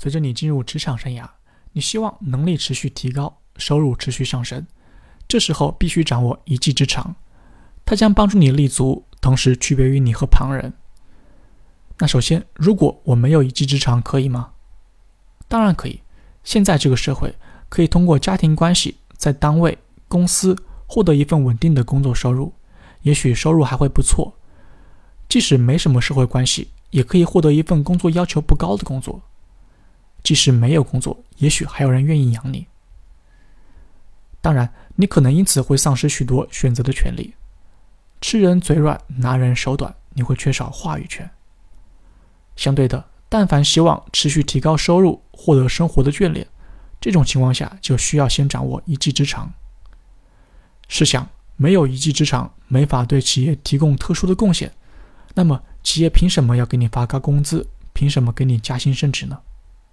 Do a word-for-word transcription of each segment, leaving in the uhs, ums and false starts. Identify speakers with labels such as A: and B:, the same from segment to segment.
A: 随着你进入职场生涯，你希望能力持续提高，收入持续上升，这时候必须掌握一技之长，它将帮助你立足，同时区别于你和旁人。那首先，如果我没有一技之长，可以吗？当然可以。现在这个社会可以通过家庭关系，在单位、公司获得一份稳定的工作收入，也许收入还会不错。即使没什么社会关系，也可以获得一份工作要求不高的工作。即使没有工作，也许还有人愿意养你。当然，你可能因此会丧失许多选择的权利。吃人嘴软，拿人手短，你会缺少话语权。相对的，但凡希望持续提高收入，获得生活的眷恋，这种情况下就需要先掌握一技之长。试想，没有一技之长，没法对企业提供特殊的贡献，那么企业凭什么要给你发高工资，凭什么给你加薪升职呢？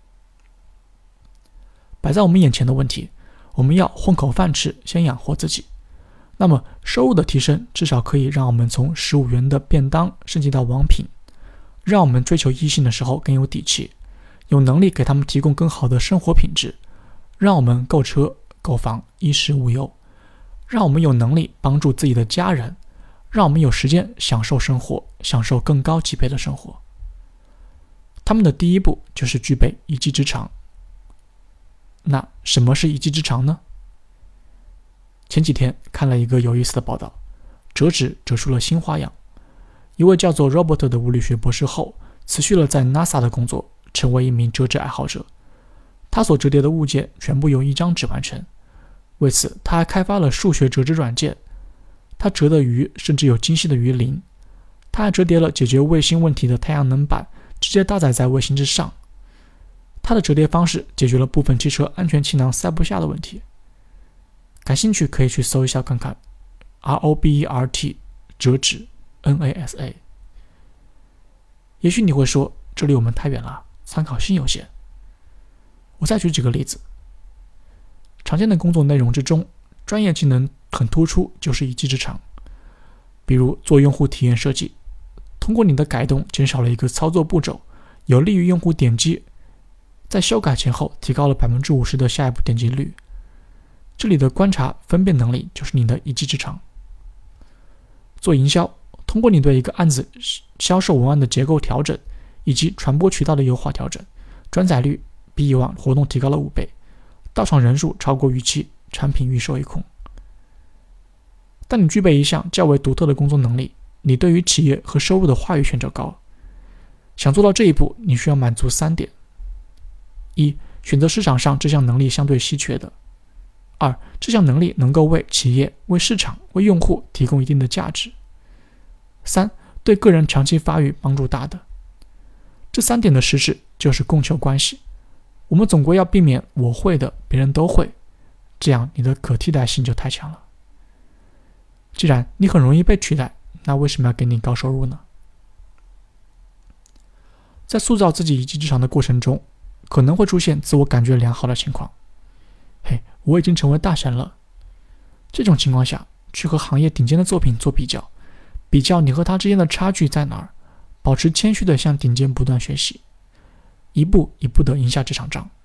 A: 摆在我们眼前的问题，我们要混口饭吃，先养活自己。那么收入的提升至少可以让我们从十五元的便当升级到王品，让我们追求异性的时候更有底气，有能力给他们提供更好的生活品质，让我们购车购房衣食无忧，让我们有能力帮助自己的家人，让我们有时间享受生活，享受更高级别的生活。他们的第一步就是具备一技之长。那什么是一技之长呢？前几天看了一个有意思的报道，折纸折出了新花样。一位叫做 Robert 的物理学博士后辞去了在 NASA 的工作，成为一名折纸爱好者。他所折叠的物件全部由一张纸完成，为此他还开发了数学折纸软件。他折的鱼甚至有精细的鱼鳞。他还折叠了解决卫星问题的太阳能板，直接搭载在卫星之上。它的折叠方式解决了部分汽车安全气囊塞不下的问题。感兴趣可以去搜一下看看 R O B E R T 折纸 N A S A。 也许你会说，这离我们太远了，参考性有限。我再举几个例子。常见的工作内容之中，专业技能很突出就是一技之长。比如做用户体验设计，通过你的改动减少了一个操作步骤，有利于用户点击，在修改前后提高了 百分之五十 的下一步点击率。这里的观察分辨能力就是你的一技之长。做营销，通过你对一个案子销售文案的结构调整以及传播渠道的优化调整，转载率比以往活动提高了五倍，到场人数超过预期，产品预售一空。当你具备一项较为独特的工作能力，你对于企业和收入的话语权就高。想做到这一步，你需要满足三点：一、选择市场上这项能力相对稀缺的；二、这项能力能够为企业、为市场、为用户提供一定的价值；三、对个人长期发育帮助大的。这三点的实质就是供求关系。我们总归要避免我会的别人都会，这样你的可替代性就太强了。既然你很容易被取代，那为什么要给你高收入呢？在塑造自己一技之长的过程中，可能会出现自我感觉良好的情况。嘿，我已经成为大神了。这种情况下，去和行业顶尖的作品做比较，比较你和他之间的差距在哪儿，保持谦虚地向顶尖不断学习，一步一步地赢下这场仗。